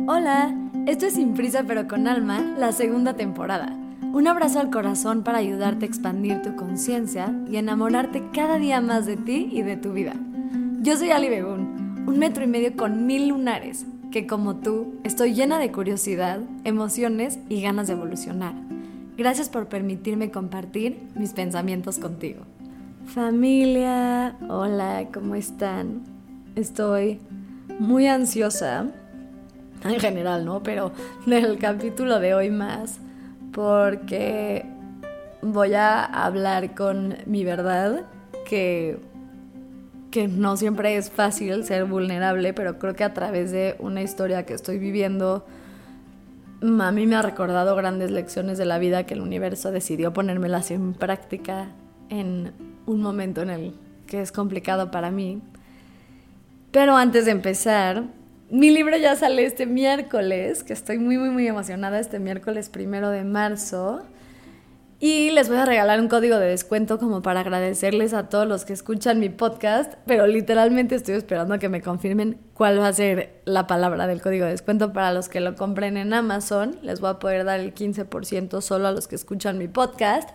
Hola, esto es Sin Prisa pero con Alma, la segunda temporada. Un abrazo al corazón para ayudarte a expandir tu conciencia y enamorarte cada día más de ti y de tu vida. Yo soy Ali Begún, 1,5 metros con 1000 lunares, que como tú, estoy llena de curiosidad, emociones y ganas de evolucionar. Gracias por permitirme compartir mis pensamientos contigo. Familia, hola, ¿cómo están? Estoy muy ansiosa, en general, ¿no? Pero del capítulo de hoy más, porque voy a hablar con mi verdad, que no siempre es fácil ser vulnerable, pero creo que a través de una historia que estoy viviendo, a mí me ha recordado grandes lecciones de la vida que el universo decidió ponérmelas en práctica en un momento en el que es complicado para mí. Pero antes de empezar, mi libro ya sale este miércoles, que estoy muy emocionada, este miércoles 1 de marzo. Y les voy a regalar un código de descuento como para agradecerles a todos los que escuchan mi podcast, pero literalmente estoy esperando a que me confirmen cuál va a ser la palabra del código de descuento. Para los que lo compren en Amazon, les voy a poder dar el 15% solo a los que escuchan mi podcast.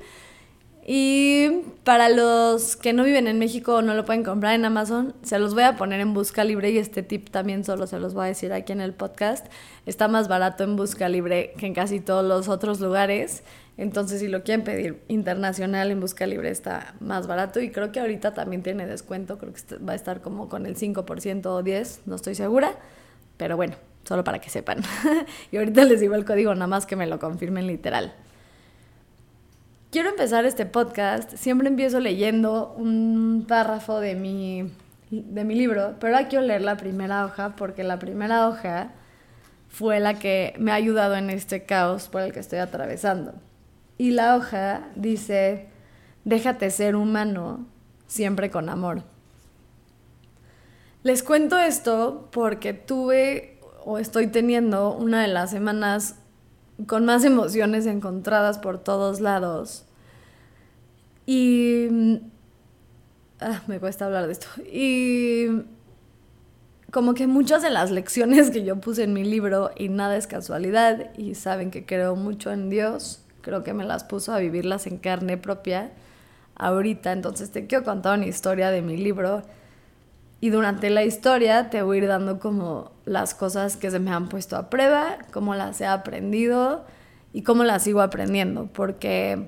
Y para los que no viven en México o no lo pueden comprar en Amazon, se los voy a poner en Busca Libre, y este tip también solo se los voy a decir aquí en el podcast. Está más barato en Busca Libre que en casi todos los otros lugares. Entonces, si lo quieren pedir internacional, en Busca Libre está más barato, y creo que ahorita también tiene descuento. Creo que va a estar como con el 5% o 10%, no estoy segura, pero bueno, solo para que sepan. Y ahorita les digo el código, nada más que me lo confirmen literal. Quiero empezar este podcast, siempre empiezo leyendo un párrafo de mi libro, pero ahora quiero leer la primera hoja, porque la primera hoja fue la que me ha ayudado en este caos por el que estoy atravesando. Y la hoja dice: déjate ser humano, siempre con amor. Les cuento esto porque tuve o estoy teniendo una de las semanas con más emociones encontradas por todos lados. Y me cuesta hablar de esto. Y como que muchas de las lecciones que yo puse en mi libro, y nada es casualidad, y saben que creo mucho en Dios, creo que me las puso a vivirlas en carne propia ahorita. Entonces te quiero contar una historia de mi libro, y durante la historia te voy a ir dando como las cosas que se me han puesto a prueba, cómo las he aprendido y cómo las sigo aprendiendo. Porque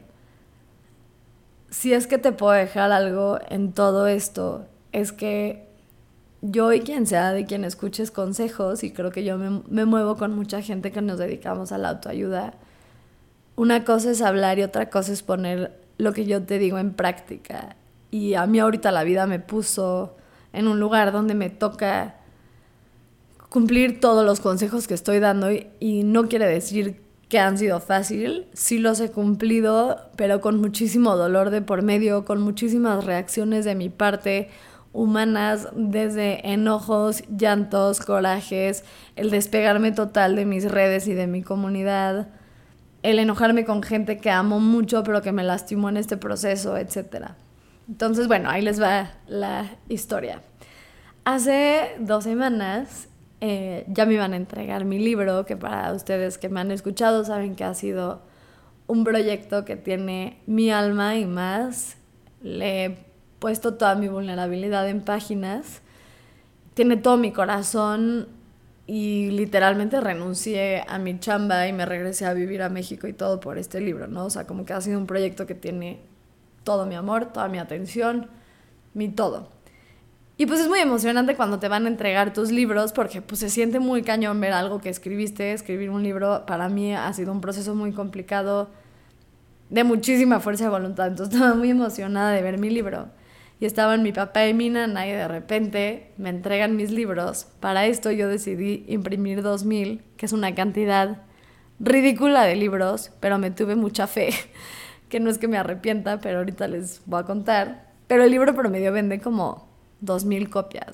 si es que te puedo dejar algo en todo esto, es que yo y quien sea de quien escuches consejos, y creo que yo me muevo con mucha gente que nos dedicamos a la autoayuda, una cosa es hablar y otra cosa es poner lo que yo te digo en práctica. Y a mí ahorita la vida me puso en un lugar donde me toca cumplir todos los consejos que estoy dando, y no quiere decir que han sido fácil. Sí los he cumplido, pero con muchísimo dolor de por medio, con muchísimas reacciones de mi parte humanas, desde enojos, llantos, corajes, el despegarme total de mis redes y de mi comunidad, el enojarme con gente que amo mucho pero que me lastimó en este proceso, etc. Entonces, bueno, ahí les va la historia. Hace 2 semanas ya me iban a entregar mi libro, que para ustedes que me han escuchado saben que ha sido un proyecto que tiene mi alma y más. Le he puesto toda mi vulnerabilidad en páginas, tiene todo mi corazón, y literalmente renuncié a mi chamba y me regresé a vivir a México y todo por este libro, ¿no? O sea, como que ha sido un proyecto que tiene todo mi amor, toda mi atención, mi todo. Y pues es muy emocionante cuando te van a entregar tus libros, porque pues se siente muy cañón ver algo que escribiste. Escribir un libro para mí ha sido un proceso muy complicado, de muchísima fuerza de voluntad. Entonces estaba muy emocionada de ver mi libro. Y estaban mi papá y mi nana, y de repente me entregan mis libros. Para esto yo decidí imprimir 2000, que es una cantidad ridícula de libros, pero me tuve mucha fe, que no es que me arrepienta, pero ahorita les voy a contar. Pero el libro promedio vende como 200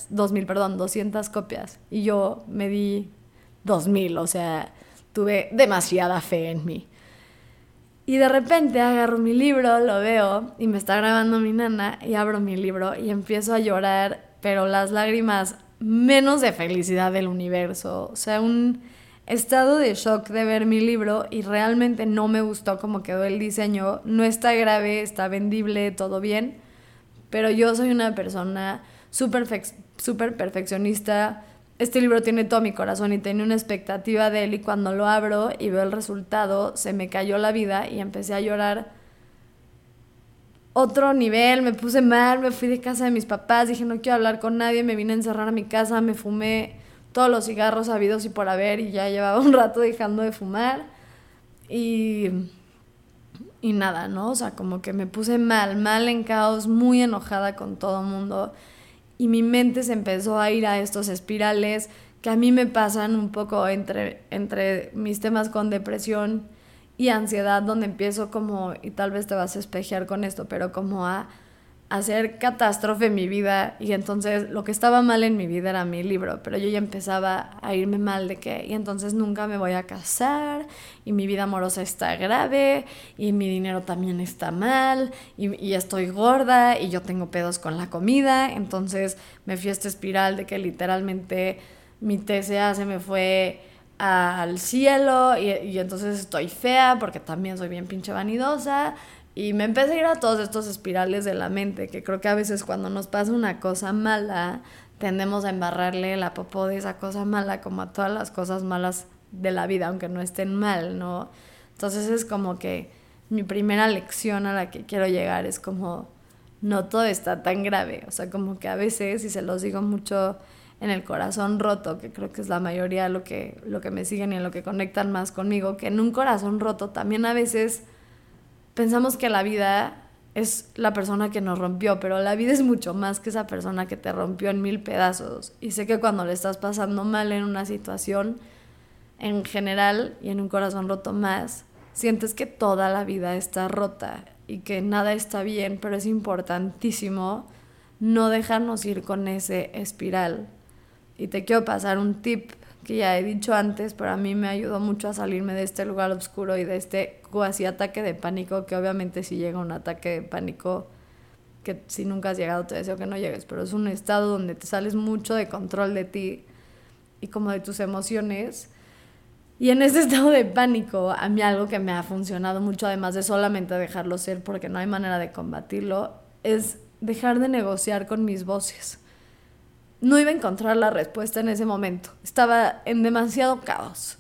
copias, y yo me di 2000, o sea, tuve demasiada fe en mí. Y de repente agarro mi libro, lo veo, y me está grabando mi nana, y abro mi libro y empiezo a llorar, pero las lágrimas menos de felicidad del universo. O sea, un estado de shock de ver mi libro y realmente no me gustó cómo quedó el diseño. No está grave, está vendible, todo bien, pero yo soy una persona súper perfeccionista. Este libro tiene todo mi corazón y tenía una expectativa de él, y cuando lo abro y veo el resultado, se me cayó la vida y empecé a llorar otro nivel. Me puse mal, me fui de casa de mis papás, dije no quiero hablar con nadie, me vine a encerrar a mi casa, me fumé todos los cigarros habidos y por haber, y ya llevaba un rato dejando de fumar y, y nada, ¿no? O sea, como que me puse mal en caos, muy enojada con todo el mundo, y mi mente se empezó a ir a estos espirales que a mí me pasan un poco entre mis temas con depresión y ansiedad, donde empiezo como, y tal vez te vas a espejear con esto, pero como a hacer catástrofe en mi vida, y entonces lo que estaba mal en mi vida era mi libro, pero yo ya empezaba a irme mal de que, y entonces nunca me voy a casar, y mi vida amorosa está grave, y mi dinero también está mal, y estoy gorda, y yo tengo pedos con la comida. Entonces me fui a esta espiral de que literalmente mi TCA se me fue al cielo, y entonces estoy fea porque también soy bien pinche vanidosa, y me empecé a ir a todos estos espirales de la mente, que creo que a veces cuando nos pasa una cosa mala tendemos a embarrarle la popó de esa cosa mala como a todas las cosas malas de la vida, aunque no estén mal, ¿no? Entonces es como que mi primera lección a la que quiero llegar es como no todo está tan grave. O sea, como que a veces, y se los digo mucho en el corazón roto, que creo que es la mayoría lo que me siguen y en lo que conectan más conmigo, que en un corazón roto también a veces pensamos que la vida es la persona que nos rompió, pero la vida es mucho más que esa persona que te rompió en 1000 pedazos. Y sé que cuando le estás pasando mal en una situación, en general, y en un corazón roto más, sientes que toda la vida está rota y que nada está bien, pero es importantísimo no dejarnos ir con ese espiral. Y te quiero pasar un tip que ya he dicho antes, pero a mí me ayudó mucho a salirme de este lugar oscuro y de este cuasi ataque de pánico, que obviamente si llega un ataque de pánico, que si nunca has llegado te deseo que no llegues, pero es un estado donde te sales mucho de control de ti y como de tus emociones. Y en este estado de pánico, a mí algo que me ha funcionado mucho, además de solamente dejarlo ser porque no hay manera de combatirlo, es dejar de negociar con mis voces. No iba a encontrar la respuesta en ese momento. Estaba en demasiado caos.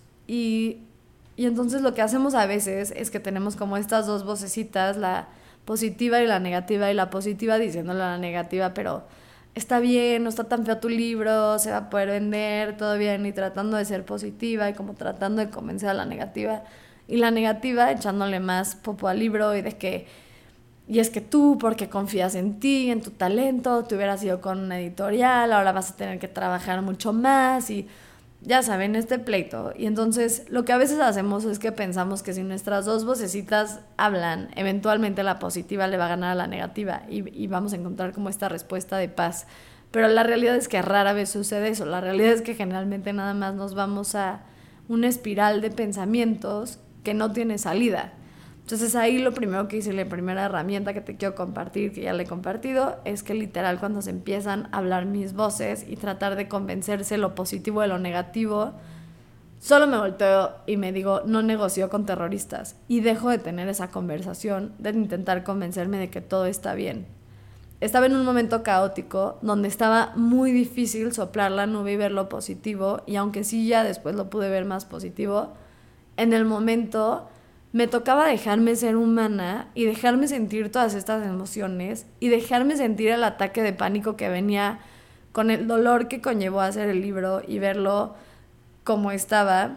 Y entonces lo que hacemos a veces es que tenemos como estas dos vocecitas, la positiva y la negativa, y la positiva diciéndole a la negativa, pero está bien, no está tan feo tu libro, se va a poder vender, todo bien, y tratando de ser positiva y como tratando de convencer a la negativa. Y la negativa echándole más popo al libro y de que y es que tú, porque confías en ti, en tu talento, te hubieras ido con una editorial, ahora vas a tener que trabajar mucho más, y ya saben, este pleito. Y entonces lo que a veces hacemos es que pensamos que si nuestras dos vocecitas hablan, eventualmente la positiva le va a ganar a la negativa y vamos a encontrar como esta respuesta de paz. Pero la realidad es que rara vez sucede eso. La realidad es que generalmente nada más nos vamos a una espiral de pensamientos que no tiene salida. Entonces ahí lo primero que hice, la primera herramienta que te quiero compartir, que ya le he compartido, es que literal cuando se empiezan a hablar mis voces y tratar de convencerse lo positivo de lo negativo, solo me volteo y me digo, no negocio con terroristas, y dejo de tener esa conversación, de intentar convencerme de que todo está bien. Estaba en un momento caótico donde estaba muy difícil soplar la nube y ver lo positivo, y aunque sí ya después lo pude ver más positivo, en el momento me tocaba dejarme ser humana y dejarme sentir todas estas emociones y dejarme sentir el ataque de pánico que venía con el dolor que conllevó hacer el libro y verlo como estaba.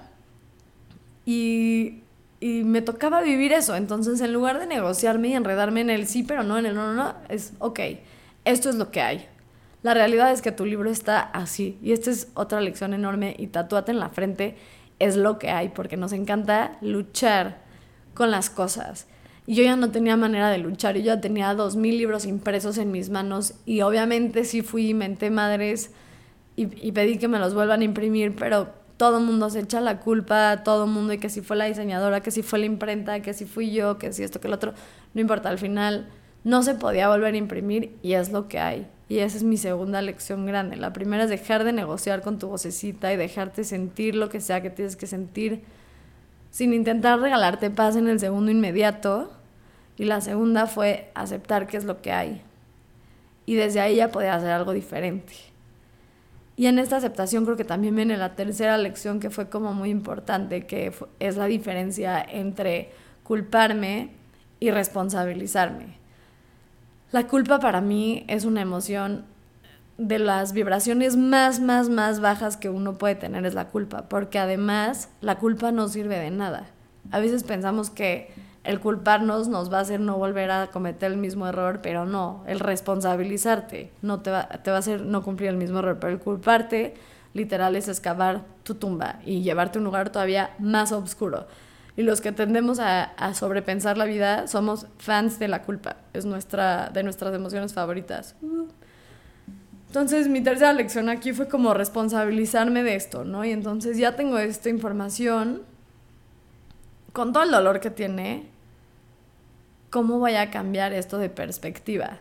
Y me tocaba vivir eso. Entonces, en lugar de negociarme y enredarme en el sí, pero no, en el no, no, no, es ok, esto es lo que hay. La realidad es que tu libro está así. Y esta es otra lección enorme, y tatúate en la frente, es lo que hay, porque nos encanta luchar con las cosas. Y yo ya no tenía manera de luchar. Yo ya tenía 2000 libros impresos en mis manos, y obviamente sí fui y menté madres y pedí que me los vuelvan a imprimir, pero todo el mundo se echa la culpa a todo el mundo, y que si fue la diseñadora, que si fue la imprenta, que si fui yo, que si esto, que lo otro. No importa, al final no se podía volver a imprimir y es lo que hay. Y esa es mi segunda lección grande. La primera es dejar de negociar con tu vocecita y dejarte sentir lo que sea que tienes que sentir sin intentar regalarte paz en el segundo inmediato. Y la segunda fue aceptar qué es lo que hay. Y desde ahí ya podía hacer algo diferente. Y en esta aceptación creo que también viene la tercera lección que fue como muy importante, que es la diferencia entre culparme y responsabilizarme. La culpa para mí es una emoción de las vibraciones más bajas que uno puede tener, es la culpa, porque además la culpa no sirve de nada. A veces pensamos que el culparnos nos va a hacer no volver a cometer el mismo error, pero no, el responsabilizarte no te va a hacer no cumplir el mismo error, pero el culparte literal es excavar tu tumba y llevarte a un lugar todavía más oscuro. Y los que tendemos a sobrepensar la vida somos fans de la culpa, es de nuestras emociones favoritas. Entonces mi tercera lección aquí fue como responsabilizarme de esto, ¿no? Y entonces ya tengo esta información, con todo el dolor que tiene, ¿cómo voy a cambiar esto de perspectiva?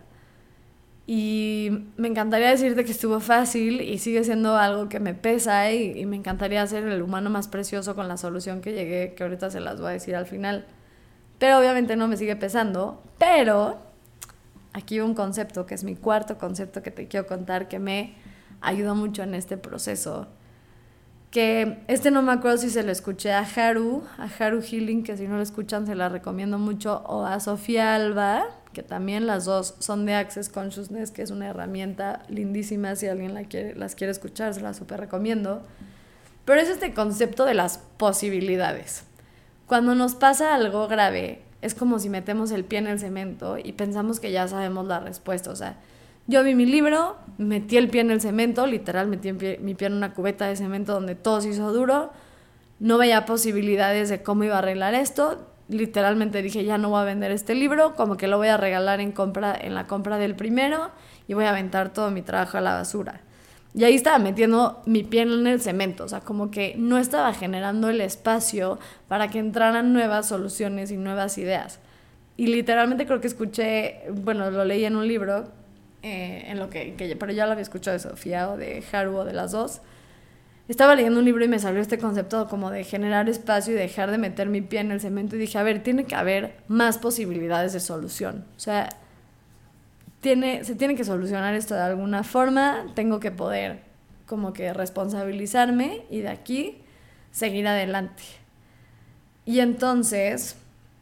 Y me encantaría decirte que estuvo fácil y sigue siendo algo que me pesa y me encantaría ser el humano más precioso con la solución que llegué, que ahorita se las voy a decir al final. Pero obviamente no me sigue pesando, pero aquí un concepto que es mi cuarto concepto que te quiero contar que me ayudó mucho en este proceso. Que no me acuerdo si se lo escuché a Haru Healing, que si no lo escuchan se la recomiendo mucho, o a Sofía Alba, que también las dos son de Access Consciousness, que es una herramienta lindísima, si alguien las quiere escuchar se las súper recomiendo. Pero es este concepto de las posibilidades. Cuando nos pasa algo grave, es como si metemos el pie en el cemento y pensamos que ya sabemos la respuesta. O sea, yo vi mi libro, metí el pie en el cemento, literal metí mi pie en una cubeta de cemento donde todo se hizo duro, no veía posibilidades de cómo iba a arreglar esto, literalmente dije ya no voy a vender este libro, como que lo voy a regalar en la compra del primero y voy a aventar todo mi trabajo a la basura. Y ahí estaba metiendo mi pie en el cemento, o sea, como que no estaba generando el espacio para que entraran nuevas soluciones y nuevas ideas. Y literalmente creo que escuché, bueno, lo leí en un libro, pero ya lo había escuchado de Sofía o de Haru o de las dos. Estaba leyendo un libro y me salió este concepto como de generar espacio y dejar de meter mi pie en el cemento y dije, a ver, tiene que haber más posibilidades de solución. O sea, se tiene que solucionar esto de alguna forma, tengo que poder como que responsabilizarme y de aquí seguir adelante. Y entonces,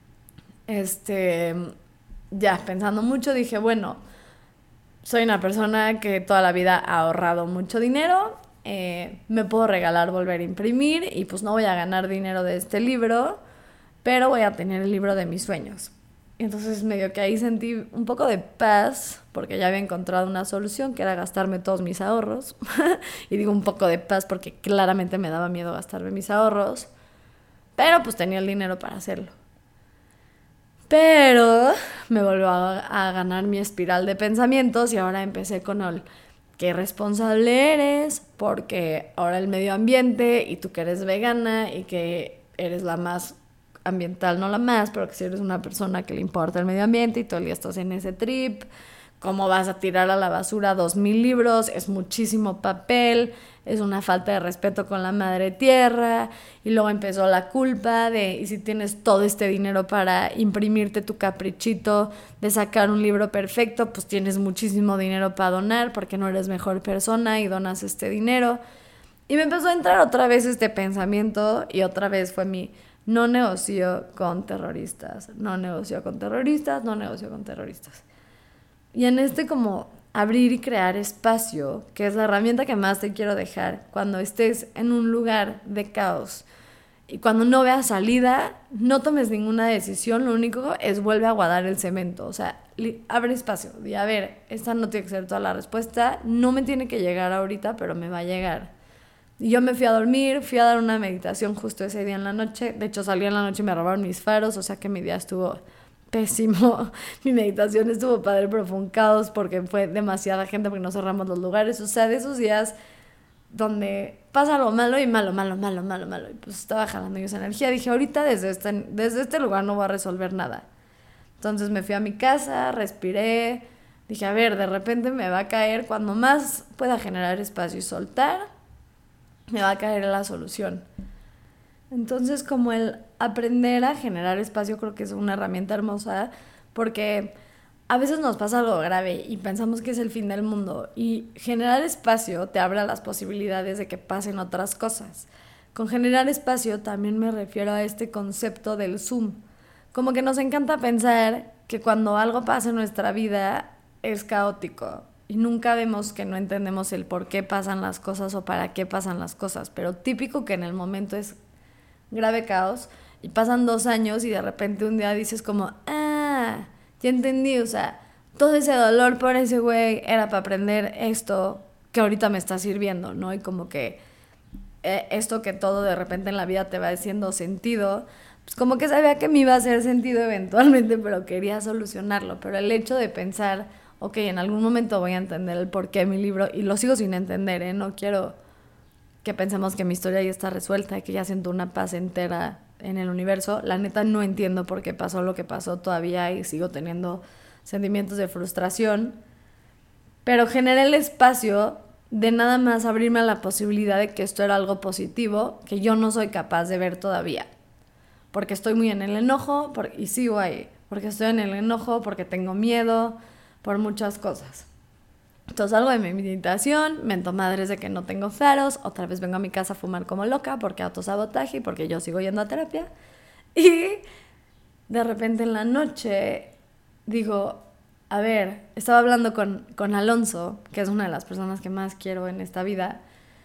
ya pensando mucho dije, bueno, soy una persona que toda la vida ha ahorrado mucho dinero, me puedo regalar volver a imprimir y pues no voy a ganar dinero de este libro, pero voy a tener el libro de mis sueños. Y entonces medio que ahí sentí un poco de paz porque ya había encontrado una solución que era gastarme todos mis ahorros. Y digo un poco de paz porque claramente me daba miedo gastarme mis ahorros, pero pues tenía el dinero para hacerlo. Pero me volvió a ganar mi espiral de pensamientos y ahora empecé con el qué responsable eres, porque ahora el medio ambiente y tú que eres vegana y que eres la más ambiental, no la más, pero que si eres una persona que le importa el medio ambiente y todo el día estás en ese trip, ¿cómo vas a tirar a la basura 2000 libros? Es muchísimo papel, es una falta de respeto con la madre tierra. Y luego empezó la culpa de, y si tienes todo este dinero para imprimirte tu caprichito de sacar un libro perfecto, pues tienes muchísimo dinero para donar porque no eres mejor persona y donas este dinero. Y me empezó a entrar otra vez este pensamiento y otra vez fue mi no negocio con terroristas, no negocio con terroristas, no negocio con terroristas. Y en como abrir y crear espacio, que es la herramienta que más te quiero dejar cuando estés en un lugar de caos y cuando no veas salida, no tomes ninguna decisión, lo único es vuelve a guardar el cemento, o sea, abre espacio, di a ver, esta no tiene que ser toda la respuesta, no me tiene que llegar ahorita, pero me va a llegar. Y yo me fui a dormir, fui a dar una meditación justo ese día en la noche, de hecho salí en la noche y me robaron mis faros, o sea que mi día estuvo pésimo, mi meditación estuvo padre, pero fue un caos porque fue demasiada gente porque no cerramos los lugares, o sea, de esos días donde pasa algo malo y malo, y pues estaba jalando yo esa energía, dije ahorita desde este lugar no voy a resolver nada. Entonces me fui a mi casa, respiré, Dije, a ver, de repente me va a caer, cuando más pueda generar espacio y soltar, me va a caer la solución. Entonces, como el aprender a generar espacio, creo que es una herramienta hermosa, porque a veces nos pasa algo grave y pensamos que es el fin del mundo, y generar espacio te abre las posibilidades de que pasen otras cosas. Con generar espacio también me refiero a este concepto del zoom. Como que nos encanta pensar que cuando algo pasa en nuestra vida es caótico y nunca vemos que no entendemos el por qué pasan las cosas o para qué pasan las cosas, pero típico que en el momento es grave caos y pasan 2 años y de repente un día dices como, ya entendí, o sea, todo ese dolor por ese güey era para aprender esto que ahorita me está sirviendo, ¿no? Y como que esto que todo de repente en la vida te va haciendo sentido, pues como que sabía que me iba a hacer sentido eventualmente, pero quería solucionarlo. Pero el hecho de pensar, ok, en algún momento voy a entender el porqué de mi libro, y lo sigo sin entender, ¿eh? No quiero que pensemos que mi historia ya está resuelta y que ya siento una paz entera en el universo. La neta no entiendo por qué pasó lo que pasó todavía y sigo teniendo sentimientos de frustración, pero generé el espacio de nada más abrirme a la posibilidad de que esto era algo positivo que yo no soy capaz de ver todavía, porque estoy muy en el enojo y sigo ahí, porque estoy en el enojo, porque tengo miedo, por muchas cosas. Entonces salgo de mi meditación, mento madres de que no tengo faros, otra vez vengo a mi casa a fumar como loca porque autosabotaje y porque yo sigo yendo a terapia. Y de repente en la noche digo, a ver, estaba hablando con Alonso, que es una de las personas que más quiero en esta vida,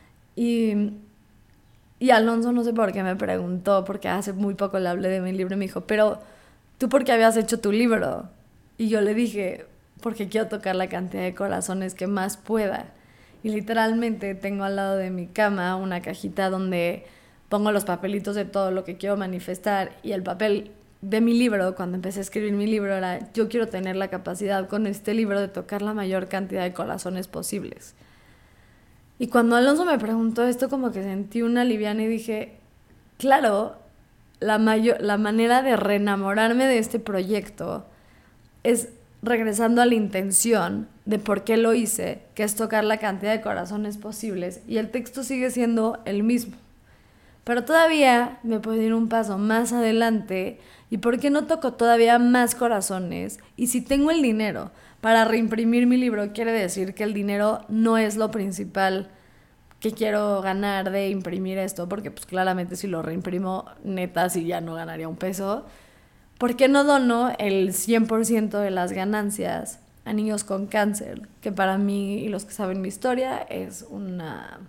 y Alonso no sé por qué me preguntó, porque hace muy poco le hablé de mi libro y me dijo, pero ¿tú por qué habías hecho tu libro? Y yo le dije, porque quiero tocar la cantidad de corazones que más pueda. Y literalmente tengo al lado de mi cama una cajita donde pongo los papelitos de todo lo que quiero manifestar, y el papel de mi libro, cuando empecé a escribir mi libro, era yo quiero tener la capacidad con este libro de tocar la mayor cantidad de corazones posibles. Y cuando Alonso me preguntó esto, como que sentí una liviana y dije, claro, la manera de reenamorarme de este proyecto es regresando a la intención de por qué lo hice, que es tocar la cantidad de corazones posibles, y el texto sigue siendo el mismo. Pero todavía me puedo ir un paso más adelante, y por qué no toco todavía más corazones, y si tengo el dinero para reimprimir mi libro, quiere decir que el dinero no es lo principal que quiero ganar de imprimir esto, porque pues claramente si lo reimprimo, neta, sí ya no ganaría un peso. ¿Por qué no dono el 100% de las ganancias a niños con cáncer? Que para mí, y los que saben mi historia, es un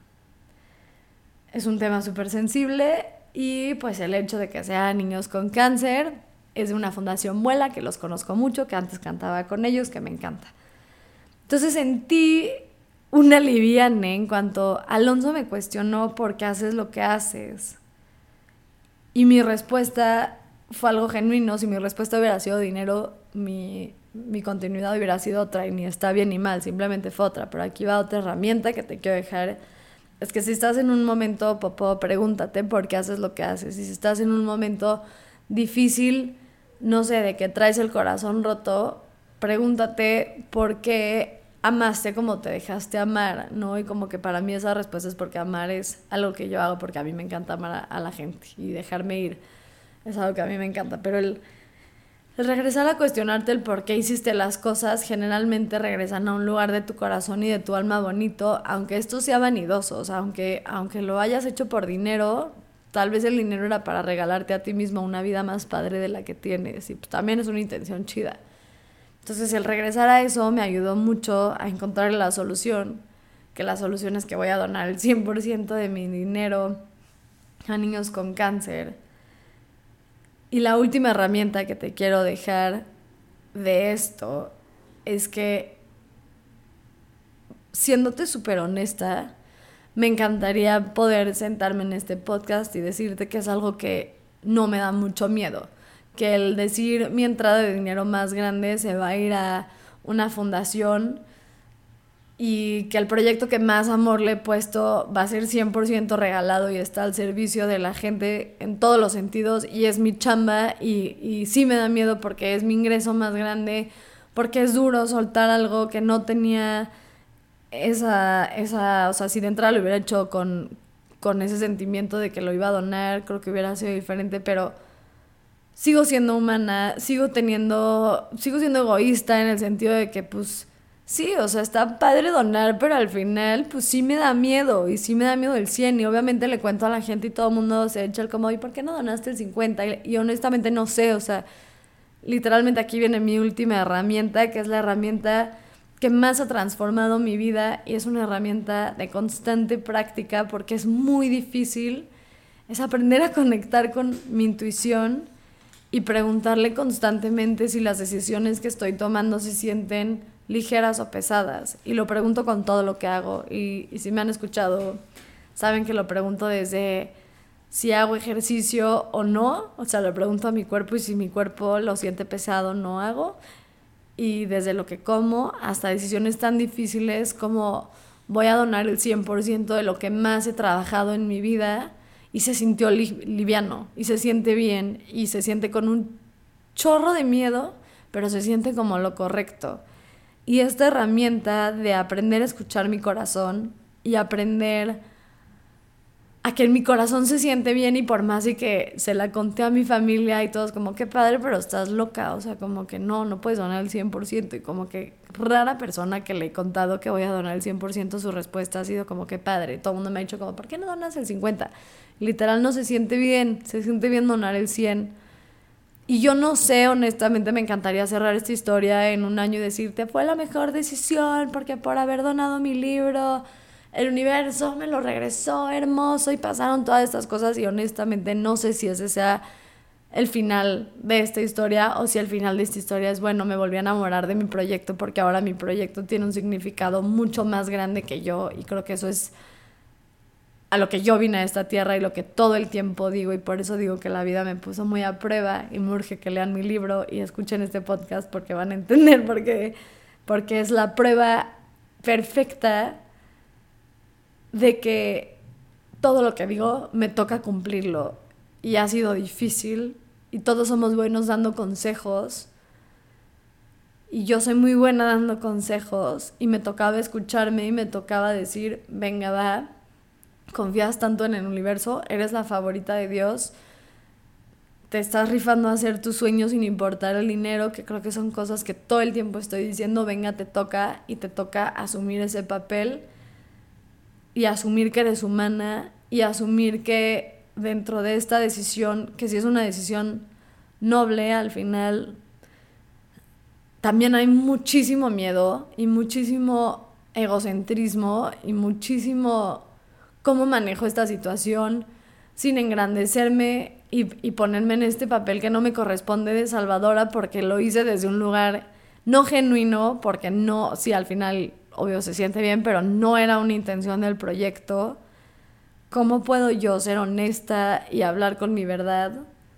tema súper sensible, y pues el hecho de que sean niños con cáncer es de una fundación Vuela, que los conozco mucho, que antes cantaba con ellos, que me encanta. Entonces sentí una liviana en cuanto Alonso me cuestionó por qué haces lo que haces. Y mi respuesta fue algo genuino. Si mi respuesta hubiera sido dinero, mi continuidad hubiera sido otra, y ni está bien ni mal, simplemente fue otra. Pero aquí va otra herramienta que te quiero dejar. Es que si estás en un momento popó, pregúntate por qué haces lo que haces. Y si estás en un momento difícil, no sé, de que traes el corazón roto, pregúntate por qué amaste como te dejaste amar, ¿no? Y como que para mí esa respuesta es porque amar es algo que yo hago, porque a mí me encanta amar a la gente, y dejarme ir es algo que a mí me encanta. Pero el regresar a cuestionarte el por qué hiciste las cosas generalmente regresan a un lugar de tu corazón y de tu alma bonito, aunque esto sea vanidoso. O sea, aunque lo hayas hecho por dinero, tal vez el dinero era para regalarte a ti mismo una vida más padre de la que tienes, y pues también es una intención chida. Entonces el regresar a eso me ayudó mucho a encontrar la solución, que la solución es que voy a donar el 100% de mi dinero a niños con cáncer. Y la última herramienta que te quiero dejar de esto es que, siéndote súper honesta, me encantaría poder sentarme en este podcast y decirte que es algo que no me da mucho miedo. Que el decir mi entrada de dinero más grande se va a ir a una fundación, y que el proyecto que más amor le he puesto va a ser 100% regalado y está al servicio de la gente en todos los sentidos, y es mi chamba, y sí me da miedo porque es mi ingreso más grande, porque es duro soltar algo que no tenía o sea, si de entrada lo hubiera hecho con ese sentimiento de que lo iba a donar, creo que hubiera sido diferente, pero sigo siendo humana, sigo siendo egoísta en el sentido de que, pues, sí, o sea, está padre donar, pero al final, pues sí me da miedo, y sí me da miedo el 100, y obviamente le cuento a la gente y todo el mundo se echa el como, ¿y por qué no donaste el 50? Y honestamente no sé, o sea, literalmente aquí viene mi última herramienta, que es la herramienta que más ha transformado mi vida, y es una herramienta de constante práctica porque es muy difícil, es aprender a conectar con mi intuición y preguntarle constantemente si las decisiones que estoy tomando se sienten ligeras o pesadas. Y lo pregunto con todo lo que hago. Y si me han escuchado, saben que lo pregunto desde si hago ejercicio o no. O sea, le pregunto a mi cuerpo y si mi cuerpo lo siente pesado, no hago. Y desde lo que como hasta decisiones tan difíciles como voy a donar el 100% de lo que más he trabajado en mi vida, y se sintió liviano y se siente bien y se siente con un chorro de miedo, pero se siente como lo correcto. Y esta herramienta de aprender a escuchar mi corazón y aprender a que mi corazón se siente bien, y por más y que se la conté a mi familia y todos como, qué padre, pero estás loca, o sea, como que no puedes donar el 100%, y como que rara persona que le he contado que voy a donar el 100%, su respuesta ha sido como, qué padre. Todo el mundo me ha dicho como, ¿por qué no donas el 50%? Literal no se siente bien donar el 100%. Y yo no sé, honestamente me encantaría cerrar esta historia en un año y decirte, fue la mejor decisión porque por haber donado mi libro el universo me lo regresó hermoso y pasaron todas estas cosas, y honestamente no sé si ese sea el final de esta historia, o si el final de esta historia es, bueno, me volví a enamorar de mi proyecto porque ahora mi proyecto tiene un significado mucho más grande que yo, y creo que eso es a lo que yo vine a esta tierra y lo que todo el tiempo digo, y por eso digo que la vida me puso muy a prueba y me urge que lean mi libro y escuchen este podcast porque van a entender porque es la prueba perfecta de que todo lo que digo me toca cumplirlo, y ha sido difícil y todos somos buenos dando consejos y yo soy muy buena dando consejos, y me tocaba escucharme y me tocaba decir, venga, va, confías tanto en el universo, eres la favorita de Dios, te estás rifando a hacer tus sueños sin importar el dinero, que creo que son cosas que todo el tiempo estoy diciendo, venga, te toca, y te toca asumir ese papel y asumir que eres humana y asumir que dentro de esta decisión, que si es una decisión noble, al final también hay muchísimo miedo y muchísimo egocentrismo y muchísimo cómo manejo esta situación sin engrandecerme y ponerme en este papel que no me corresponde de salvadora, porque lo hice desde un lugar no genuino, porque no, sí, al final obvio se siente bien, pero no era una intención del proyecto. ¿Cómo puedo yo ser honesta y hablar con mi verdad?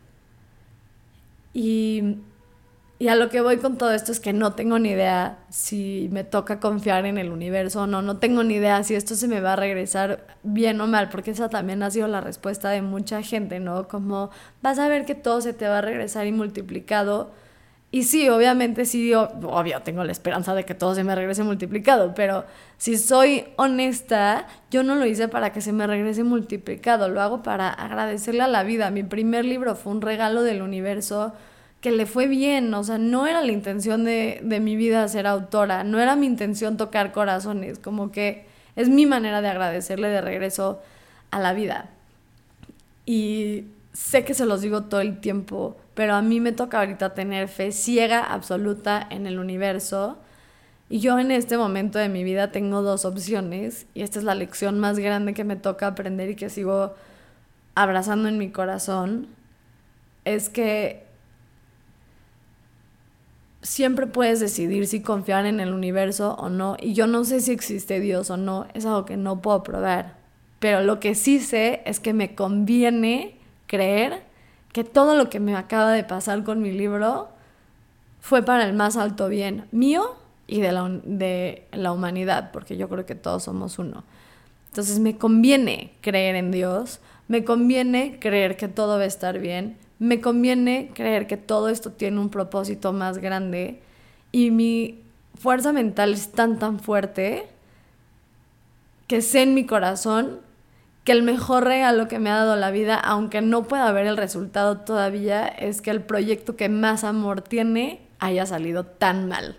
Y a lo que voy con todo esto es que no tengo ni idea si me toca confiar en el universo o no. No tengo ni idea si esto se me va a regresar bien o mal, porque esa también ha sido la respuesta de mucha gente, ¿no? Como, vas a ver que todo se te va a regresar y multiplicado. Y sí, obviamente sí, obvio, tengo la esperanza de que todo se me regrese multiplicado, pero si soy honesta, yo no lo hice para que se me regrese multiplicado, lo hago para agradecerle a la vida. Mi primer libro fue un regalo del universo que le fue bien, o sea, no era la intención de mi vida ser autora, no era mi intención tocar corazones, como que es mi manera de agradecerle de regreso a la vida. Y sé que se los digo todo el tiempo, pero a mí me toca ahorita tener fe ciega, absoluta en el universo. Y yo en este momento de mi vida tengo dos opciones, y esta es la lección más grande que me toca aprender y que sigo abrazando en mi corazón, es que siempre puedes decidir si confiar en el universo o no, y yo no sé si existe Dios o no, es algo que no puedo probar, pero lo que sí sé es que me conviene creer que todo lo que me acaba de pasar con mi libro fue para el más alto bien mío y de la humanidad, porque yo creo que todos somos uno. Entonces me conviene creer en Dios, me conviene creer que todo va a estar bien, me conviene creer que todo esto tiene un propósito más grande, Y mi fuerza mental es tan fuerte que sé en mi corazón que el mejor regalo que me ha dado la vida, aunque no pueda ver el resultado todavía, es que el proyecto que más amor tiene haya salido tan mal.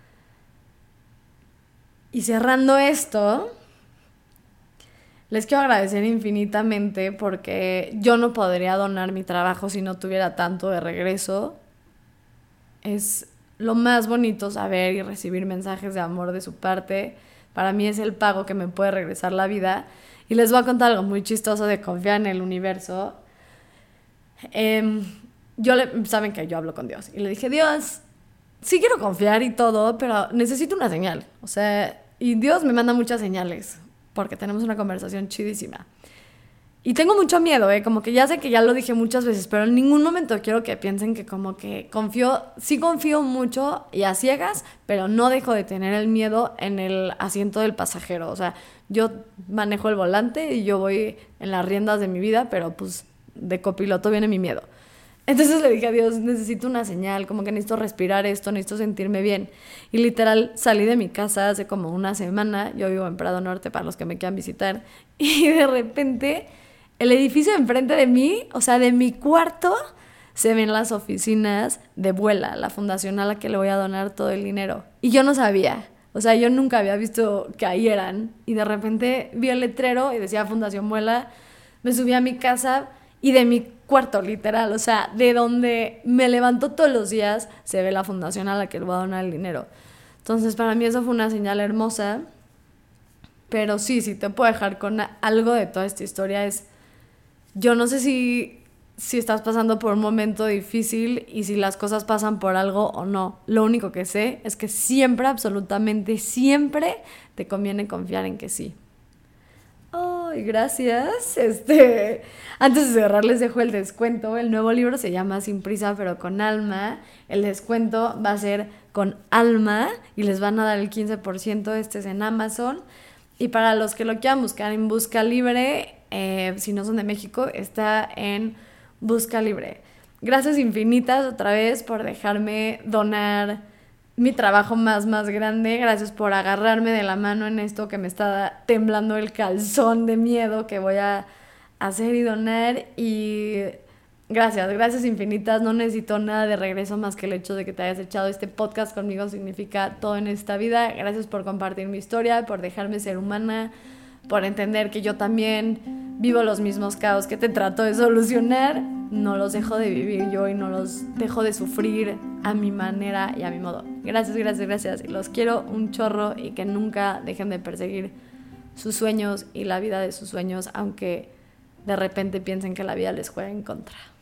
Y cerrando esto, les quiero agradecer infinitamente porque yo no podría donar mi trabajo si no tuviera tanto de regreso. Es lo más bonito saber y recibir mensajes de amor de su parte. Para mí es el pago que me puede regresar la vida. Y les voy a contar algo muy chistoso de confiar en el universo. Saben que yo hablo con Dios. Y le dije, Dios, sí quiero confiar y todo, pero necesito una señal. O sea, y Dios me manda muchas señales porque tenemos una conversación chidísima. Y tengo mucho miedo, como que ya sé que ya lo dije muchas veces, pero en ningún momento quiero que piensen que como que sí confío mucho y a ciegas, pero no dejo de tener el miedo en el asiento del pasajero. O sea, yo manejo el volante y yo voy en las riendas de mi vida, pero pues de copiloto viene mi miedo. Entonces le dije a Dios, necesito una señal, como que necesito respirar esto, necesito sentirme bien. Y literal salí de mi casa hace como una semana, yo vivo en Prado Norte para los que me quieran visitar, y de repente el edificio enfrente de mí, o sea, de mi cuarto, se ven las oficinas de Vuela, la fundación a la que le voy a donar todo el dinero. Y yo no sabía, o sea, yo nunca había visto que ahí eran. Y de repente vi el letrero y decía Fundación Vuela, me subí a mi casa y de mi cuarto, literal, o sea, de donde me levanto todos los días, se ve la fundación a la que le voy a donar el dinero. Entonces, para mí eso fue una señal hermosa. Pero sí, te puedo dejar con algo de toda esta historia es... Yo no sé si estás pasando por un momento difícil y si las cosas pasan por algo o no. Lo único que sé es que siempre, absolutamente siempre, te conviene confiar en que sí. ¡Ay, gracias! Antes de cerrar les dejo el descuento. El nuevo libro se llama Sin prisa pero con alma. El descuento va a ser con alma y les van a dar el 15%. Es en Amazon. Y para los que lo quieran buscar en Busca Libre, si no son de México, está en Busca Libre. Gracias infinitas otra vez por dejarme donar mi trabajo más grande. Gracias por agarrarme de la mano en esto que me está temblando el calzón de miedo que voy a hacer y donar. Y gracias infinitas. No necesito nada de regreso más que el hecho de que te hayas echado este podcast conmigo. Significa todo en esta vida. Gracias por compartir mi historia, por dejarme ser humana, por entender que yo también vivo los mismos caos que te trato de solucionar. No los dejo de vivir yo y no los dejo de sufrir a mi manera y a mi modo. Gracias. Y los quiero un chorro y que nunca dejen de perseguir sus sueños y la vida de sus sueños, aunque de repente piensen que la vida les juega en contra.